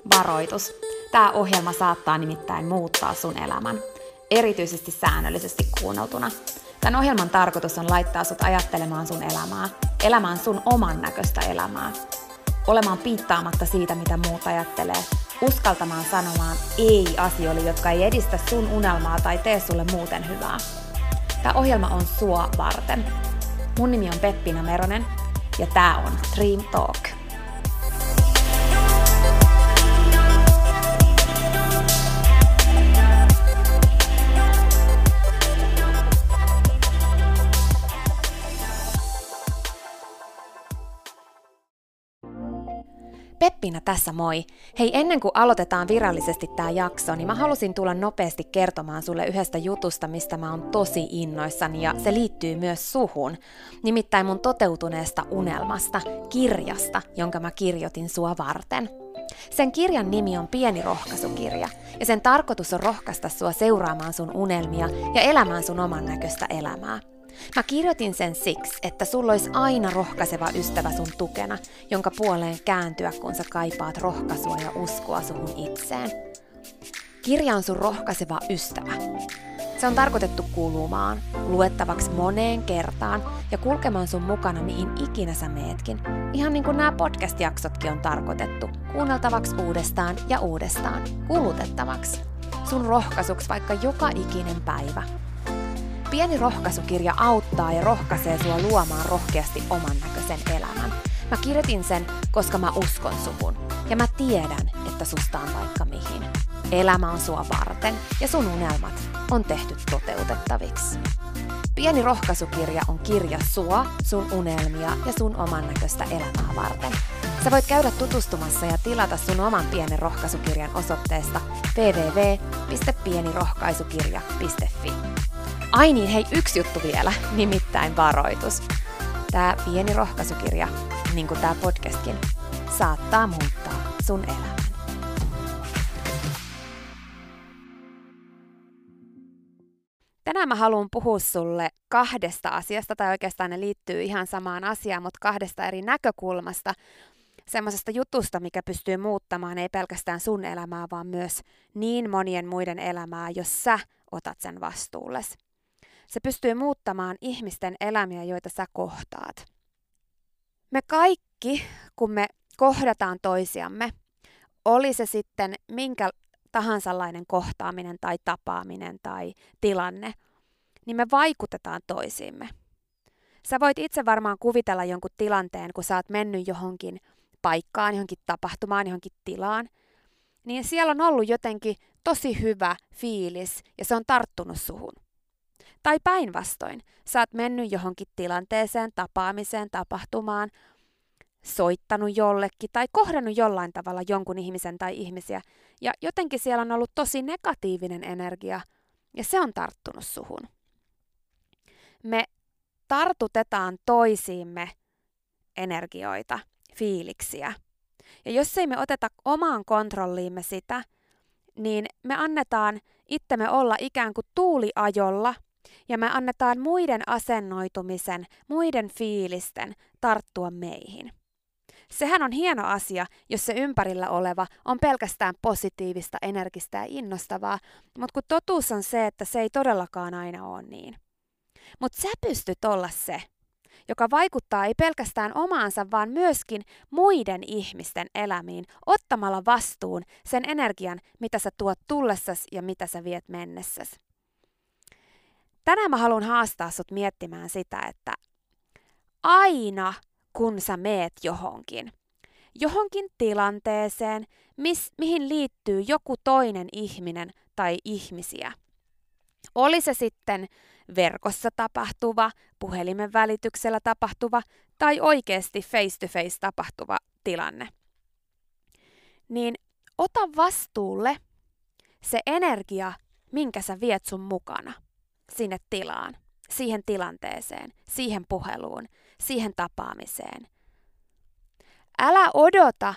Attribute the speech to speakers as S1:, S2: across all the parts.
S1: Varoitus. Tämä ohjelma saattaa nimittäin muuttaa sun elämän, erityisesti säännöllisesti kuunneltuna. Tämän ohjelman tarkoitus on laittaa sut ajattelemaan sun elämää, elämään sun oman näköistä elämää, olemaan piittaamatta siitä, mitä muut ajattelee, uskaltamaan sanomaan ei asioille, jotka ei edistä sun unelmaa tai tee sulle muuten hyvää. Tämä ohjelma on sua varten. Mun nimi on Peppina Meronen ja tää on Dream Talk. Peppina tässä moi! Hei, ennen kuin aloitetaan virallisesti tää jakso, niin mä halusin tulla nopeasti kertomaan sulle yhdestä jutusta, mistä mä oon tosi innoissani ja se liittyy myös suhun. Nimittäin mun toteutuneesta unelmasta, kirjasta, jonka mä kirjoitin sua varten. Sen kirjan nimi on Pieni rohkaisukirja ja sen tarkoitus on rohkaista sua seuraamaan sun unelmia ja elämään sun oman näköistä elämää. Mä kirjoitin sen siksi, että sulla olisi aina rohkaiseva ystävä sun tukena, jonka puoleen kääntyä, kun sä kaipaat rohkaisua ja uskoa suhun itseen. Kirja on sun rohkaiseva ystävä. Se on tarkoitettu kulumaan, luettavaksi moneen kertaan ja kulkemaan sun mukana mihin ikinä sä meetkin. Ihan niin kuin nämä podcast-jaksotkin on tarkoitettu, kuunneltavaksi uudestaan ja uudestaan, kulutettavaksi. Sun rohkaisuksi vaikka joka ikinen päivä. Pieni rohkaisukirja auttaa ja rohkaisee sua luomaan rohkeasti oman näköisen elämän. Mä kirjoitin sen, koska mä uskon suhun. Ja mä tiedän, että susta on vaikka mihin. Elämä on sua varten ja sun unelmat on tehty toteutettaviksi. Pieni rohkaisukirja on kirja sua, sun unelmia ja sun oman näköistä elämää varten. Sä voit käydä tutustumassa ja tilata sun oman pienen rohkaisukirjan osoitteesta www.pienirohkaisukirja.fi. Ai niin, hei, yksi juttu vielä, nimittäin varoitus. Tää pieni rohkaisukirja, niin kuin tää podcastkin, saattaa muuttaa sun elämän. Tänään mä haluan puhua sulle kahdesta asiasta, tai oikeastaan ne liittyy ihan samaan asiaan, mutta kahdesta eri näkökulmasta. Semmoisesta jutusta, mikä pystyy muuttamaan ei pelkästään sun elämää, vaan myös niin monien muiden elämää, jos sä otat sen vastuulles. Se pystyy muuttamaan ihmisten elämiä, joita sä kohtaat. Me kaikki, kun me kohdataan toisiamme, oli se sitten minkä tahansallainen kohtaaminen tai tapaaminen tai tilanne, niin me vaikutetaan toisiimme. Sä voit itse varmaan kuvitella jonkun tilanteen, kun sä oot mennyt johonkin paikkaan, johonkin tapahtumaan, johonkin tilaan, niin siellä on ollut jotenkin tosi hyvä fiilis ja se on tarttunut suhun. Tai päinvastoin, sä oot mennyt johonkin tilanteeseen, tapaamiseen, tapahtumaan, soittanut jollekin tai kohdannut jollain tavalla jonkun ihmisen tai ihmisiä ja jotenkin siellä on ollut tosi negatiivinen energia ja se on tarttunut suhun. Me tartutetaan toisiimme energioita, fiiliksiä. Ja jos ei me oteta omaan kontrolliimme sitä, niin me annetaan itsemme olla ikään kuin tuuliajolla ja me annetaan muiden asennoitumisen, muiden fiilisten tarttua meihin. Sehän on hieno asia, jos se ympärillä oleva on pelkästään positiivista, energistä ja innostavaa, mutta kun totuus on se, että se ei todellakaan aina ole niin. Mutta sä pystyt olla se, joka vaikuttaa ei pelkästään omaansa, vaan myöskin muiden ihmisten elämiin, ottamalla vastuun sen energian, mitä sä tuot tullessasi ja mitä sä viet mennessäsi. Tänään mä haluan haastaa sut miettimään sitä, että aina kun sä meet johonkin tilanteeseen, mihin liittyy joku toinen ihminen tai ihmisiä, oli se sitten verkossa tapahtuva, puhelimen välityksellä tapahtuva tai oikeasti face-to-face tapahtuva tilanne, niin ota vastuulle se energia, minkä sä viet sun mukana sinne tilaan, siihen tilanteeseen, siihen puheluun, siihen tapaamiseen. Älä odota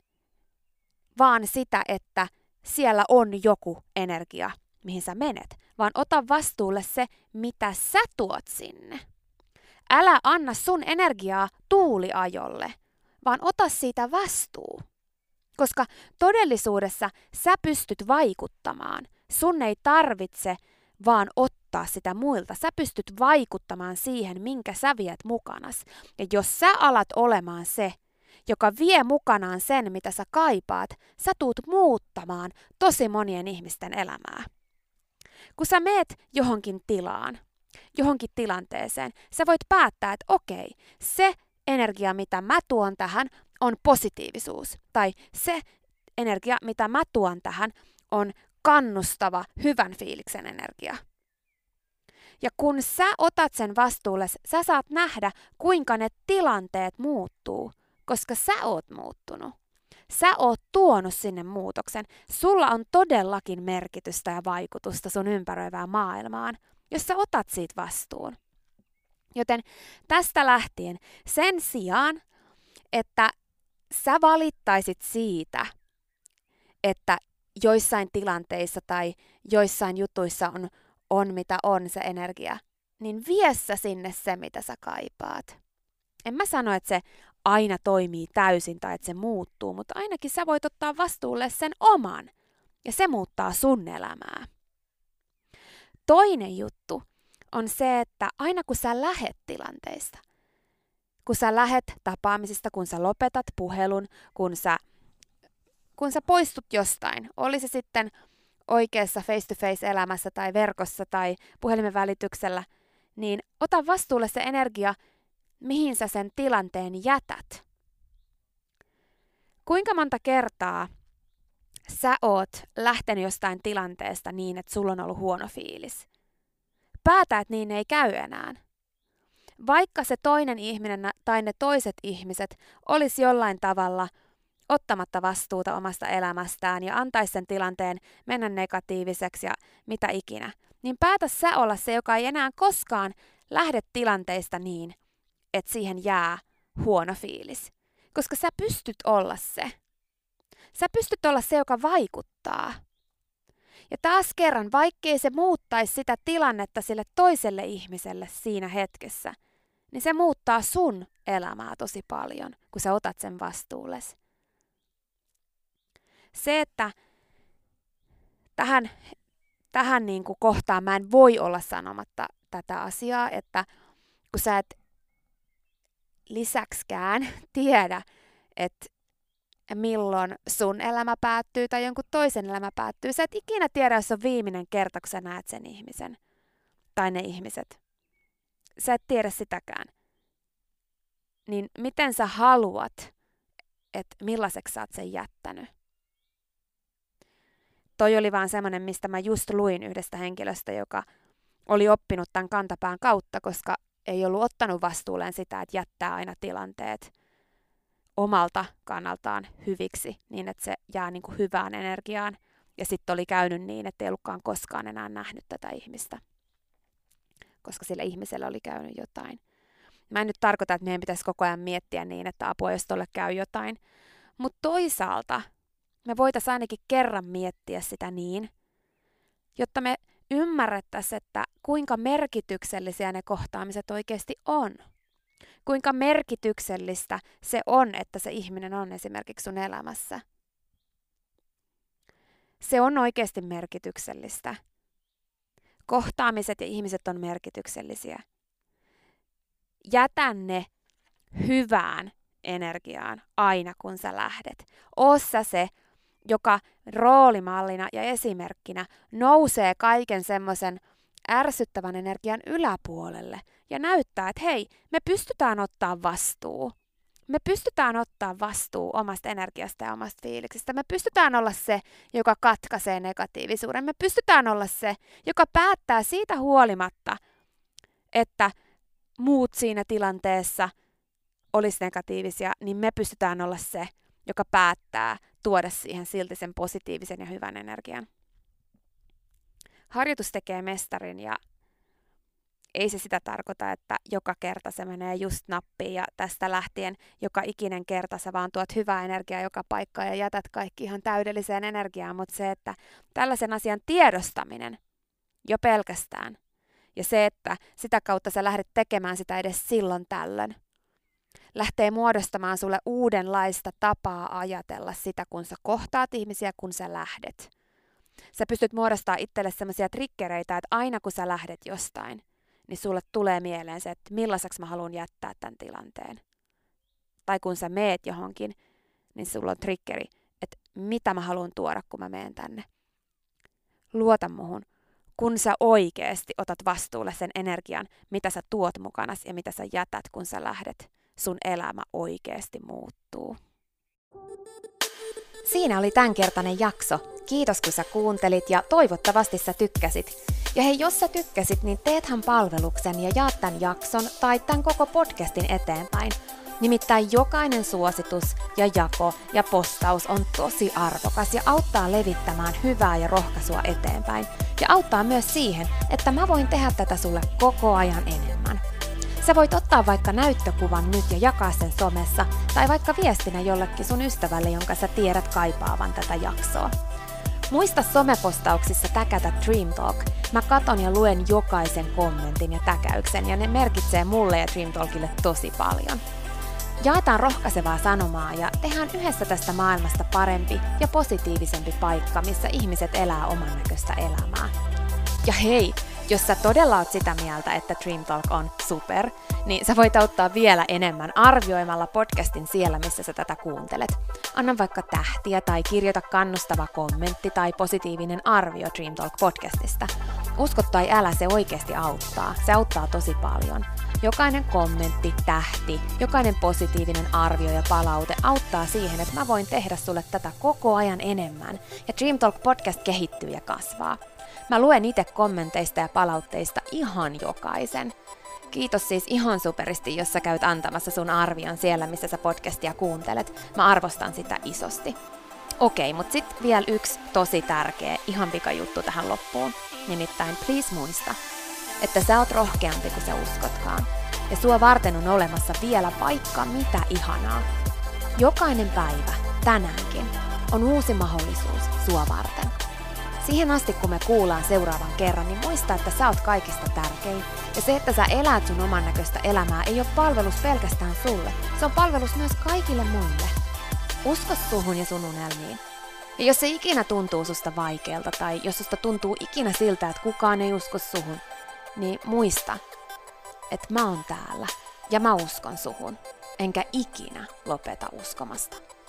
S1: vaan sitä, että siellä on joku energia, mihin sä menet, vaan ota vastuulle se, mitä sä tuot sinne. Älä anna sun energiaa tuuliajolle, vaan ota siitä vastuu. Koska todellisuudessa sä pystyt vaikuttamaan. Sun ei tarvitse vaan ottaa sitä muilta. Sä pystyt vaikuttamaan siihen, minkä sä viet mukanas. Ja jos sä alat olemaan se, joka vie mukanaan sen, mitä sä kaipaat, sä tuut muuttamaan tosi monien ihmisten elämää. Kun sä meet johonkin tilaan, johonkin tilanteeseen, sä voit päättää, että okei, se energia, mitä mä tuon tähän, on positiivisuus. Tai se energia, mitä mä tuon tähän, on kannustava, hyvän fiiliksen energia. Ja kun sä otat sen vastuulle, sä saat nähdä, kuinka ne tilanteet muuttuu, koska sä oot muuttunut. Sä oot tuonut sinne muutoksen. Sulla on todellakin merkitystä ja vaikutusta sun ympäröivään maailmaan, jos sä otat siitä vastuun. Joten tästä lähtien sen sijaan, että sä valittaisit siitä, että joissain tilanteissa tai joissain jutuissa on mitä on se energia, niin vie sä sinne se, mitä sä kaipaat. En mä sano, että se aina toimii täysin tai että se muuttuu, mutta ainakin sä voit ottaa vastuulle sen oman ja se muuttaa sun elämää. Toinen juttu on se, että aina kun sä lähet tilanteista, kun sä lähet tapaamisista, kun sä lopetat puhelun, kun sä poistut jostain, oli se sitten oikeassa face-to-face elämässä tai verkossa tai puhelimen välityksellä, niin ota vastuulle se energia, mihin sä sen tilanteen jätät. Kuinka monta kertaa sä oot lähtenyt jostain tilanteesta niin, että sulla on ollut huono fiilis? Päätä, että niin ei käy enää. Vaikka se toinen ihminen tai ne toiset ihmiset olisi jollain tavalla ottamatta vastuuta omasta elämästään ja antaisi sen tilanteen mennä negatiiviseksi ja mitä ikinä, niin päätä sä olla se, joka ei enää koskaan lähde tilanteista niin, että siihen jää huono fiilis. Koska sä pystyt olla se. Sä pystyt olla se, joka vaikuttaa. Ja taas kerran, vaikkei se muuttaisi sitä tilannetta sille toiselle ihmiselle siinä hetkessä, niin se muuttaa sun elämää tosi paljon, kun sä otat sen vastuulles. Se, että tähän niin kuin kohtaan mä en voi olla sanomatta tätä asiaa, että kun sä et lisäksikään tiedä, että milloin sun elämä päättyy tai jonkun toisen elämä päättyy. Sä et ikinä tiedä, jos on viimeinen kerta, kun sä näet sen ihmisen tai ne ihmiset. Sä et tiedä sitäkään. Niin miten sä haluat, että millaiseksi sä oot sen jättänyt? Toi oli vaan semmoinen, mistä mä just luin yhdestä henkilöstä, joka oli oppinut tämän kantapään kautta, koska ei ollut ottanut vastuulleen sitä, että jättää aina tilanteet omalta kannaltaan hyviksi, niin että se jää niin kuin hyvään energiaan. Ja sitten oli käynyt niin, että ei ollutkaan koskaan enää nähnyt tätä ihmistä, koska sillä ihmisellä oli käynyt jotain. Mä en nyt tarkoita, että meidän pitäisi koko ajan miettiä niin, että apua, jos tolle käy jotain. Mutta toisaalta me voitaisiin ainakin kerran miettiä sitä niin, jotta me ymmärrettäisiin, että kuinka merkityksellisiä ne kohtaamiset oikeasti on. Kuinka merkityksellistä se on, että se ihminen on esimerkiksi sun elämässä. Se on oikeasti merkityksellistä. Kohtaamiset ja ihmiset on merkityksellisiä. Jätä ne hyvään energiaan aina kun sä lähdet. Oo sä se, joka roolimallina ja esimerkkinä nousee kaiken semmoisen ärsyttävän energian yläpuolelle ja näyttää, että hei, me pystytään ottaa vastuu. Me pystytään ottaa vastuu omasta energiasta ja omasta fiiliksestä. Me pystytään olla se, joka katkaisee negatiivisuuden. Me pystytään olla se, joka päättää siitä huolimatta, että muut siinä tilanteessa olisi negatiivisia, niin me pystytään olla se, joka päättää tuoda siihen silti sen positiivisen ja hyvän energian. Harjoitus tekee mestarin ja ei se sitä tarkoita, että joka kerta se menee just nappiin ja tästä lähtien joka ikinen kerta sä vaan tuot hyvää energiaa joka paikkaan ja jätät kaikki ihan täydelliseen energiaan, mutta se, että tällaisen asian tiedostaminen jo pelkästään ja se, että sitä kautta sä lähdet tekemään sitä edes silloin tällöin, lähtee muodostamaan sulle uudenlaista tapaa ajatella sitä, kun sä kohtaat ihmisiä, kun sä lähdet. Sä pystyt muodostamaan itselle sellaisia triggereitä, että aina kun sä lähdet jostain, niin sulle tulee mieleen se, että millaiseksi mä haluan jättää tämän tilanteen. Tai kun sä meet johonkin, niin sulla on triggeri, että mitä mä haluan tuoda, kun mä meen tänne. Luota muhun, kun sä oikeasti otat vastuulle sen energian, mitä sä tuot mukanas ja mitä sä jätät, kun sä lähdet. Sun elämä oikeasti muuttuu. Siinä oli tämänkertainen jakso. Kiitos kun sä kuuntelit ja toivottavasti sä tykkäsit. Ja hei, jos sä tykkäsit, niin teethän palveluksen ja jaat tämän jakson tai tämän koko podcastin eteenpäin. Nimittäin jokainen suositus ja jako ja postaus on tosi arvokas ja auttaa levittämään hyvää ja rohkaisua eteenpäin. Ja auttaa myös siihen, että mä voin tehdä tätä sulle koko ajan enemmän. Sä voit ottaa vaikka näyttökuvan nyt ja jakaa sen somessa, tai vaikka viestinä jollekin sun ystävälle, jonka sä tiedät kaipaavan tätä jaksoa. Muista somepostauksissa täkätä Dream Talk. Mä katon ja luen jokaisen kommentin ja täkäyksen, ja ne merkitsee mulle ja Dream Talkille tosi paljon. Jaetaan rohkaisevaa sanomaa ja tehdään yhdessä tästä maailmasta parempi ja positiivisempi paikka, missä ihmiset elää oman näköistä elämää. Ja hei, jos sä todella oot sitä mieltä, että Dream Talk on super, niin sä voit auttaa vielä enemmän arvioimalla podcastin siellä, missä sä tätä kuuntelet. Anna vaikka tähtiä tai kirjoita kannustava kommentti tai positiivinen arvio Dream Talk podcastista. Usko tai älä, se oikeasti auttaa. Se auttaa tosi paljon. Jokainen kommentti, tähti, jokainen positiivinen arvio ja palaute auttaa siihen, että mä voin tehdä sulle tätä koko ajan enemmän. Ja Dream Talk podcast kehittyy ja kasvaa. Mä luen itse kommenteista ja palautteista ihan jokaisen. Kiitos siis ihan superisti, jos sä käyt antamassa sun arvion siellä, missä sä podcastia kuuntelet. Mä arvostan sitä isosti. Okei, mut sit vielä yksi tosi tärkeä, ihan pikajuttu tähän loppuun. Nimittäin please muista, että sä oot rohkeampi kuin sä uskotkaan. Ja sua varten on olemassa vielä vaikka mitä ihanaa. Jokainen päivä, tänäänkin, on uusi mahdollisuus sua varten. Siihen asti, kun me kuullaan seuraavan kerran, niin muista, että sä oot kaikista tärkein. Ja se, että sä elät sun oman näköistä elämää, ei ole palvelus pelkästään sulle. Se on palvelus myös kaikille muille. Usko suhun ja sun unelmiin. Ja jos se ikinä tuntuu susta vaikealta, tai jos susta tuntuu ikinä siltä, että kukaan ei usko suhun, niin muista, että mä oon täällä. Ja mä uskon suhun. Enkä ikinä lopeta uskomasta.